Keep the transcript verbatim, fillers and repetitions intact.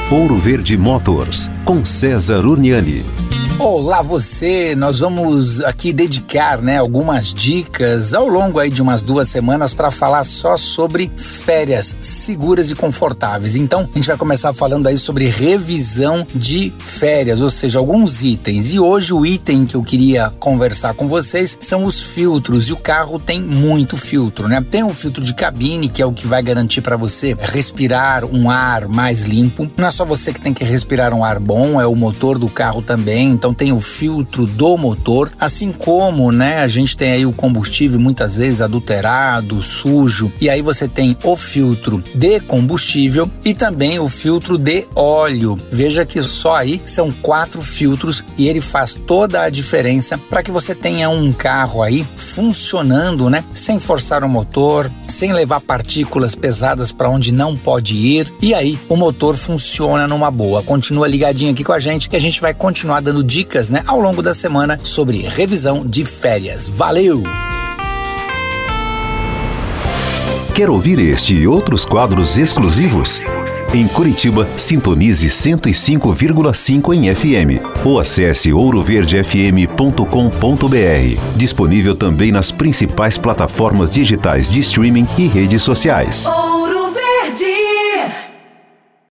Ouro Verde Motors, com César Urniani. Olá você, nós vamos aqui dedicar, né, algumas dicas ao longo aí de umas duas semanas para falar só sobre férias seguras e confortáveis. Então a gente vai começar falando aí sobre revisão de férias, ou seja, alguns itens. E hoje o item que eu queria conversar com vocês são os filtros, e o carro tem muito filtro, né? Tem o filtro de cabine, que é o que vai garantir para você respirar um ar mais limpo. Não é só você que tem que respirar um ar bom, é o motor do carro também. Então tem o filtro do motor, assim como, né, a gente tem aí o combustível muitas vezes adulterado, sujo, e aí você tem o filtro de combustível e também o filtro de óleo. Veja que só aí são quatro filtros e ele faz toda a diferença para que você tenha um carro aí funcionando, né, sem forçar o motor, sem levar partículas pesadas para onde não pode ir, e aí o motor funciona numa boa. Continua ligadinho aqui com a gente que a gente vai continuar dando dicas, né, ao longo da semana sobre revisão de férias. Valeu! Quer ouvir este e outros quadros exclusivos? Em Curitiba, sintonize cento e cinco vírgula cinco em F M ou acesse ouro verde f m ponto com ponto b r. Disponível também nas principais plataformas digitais de streaming e redes sociais.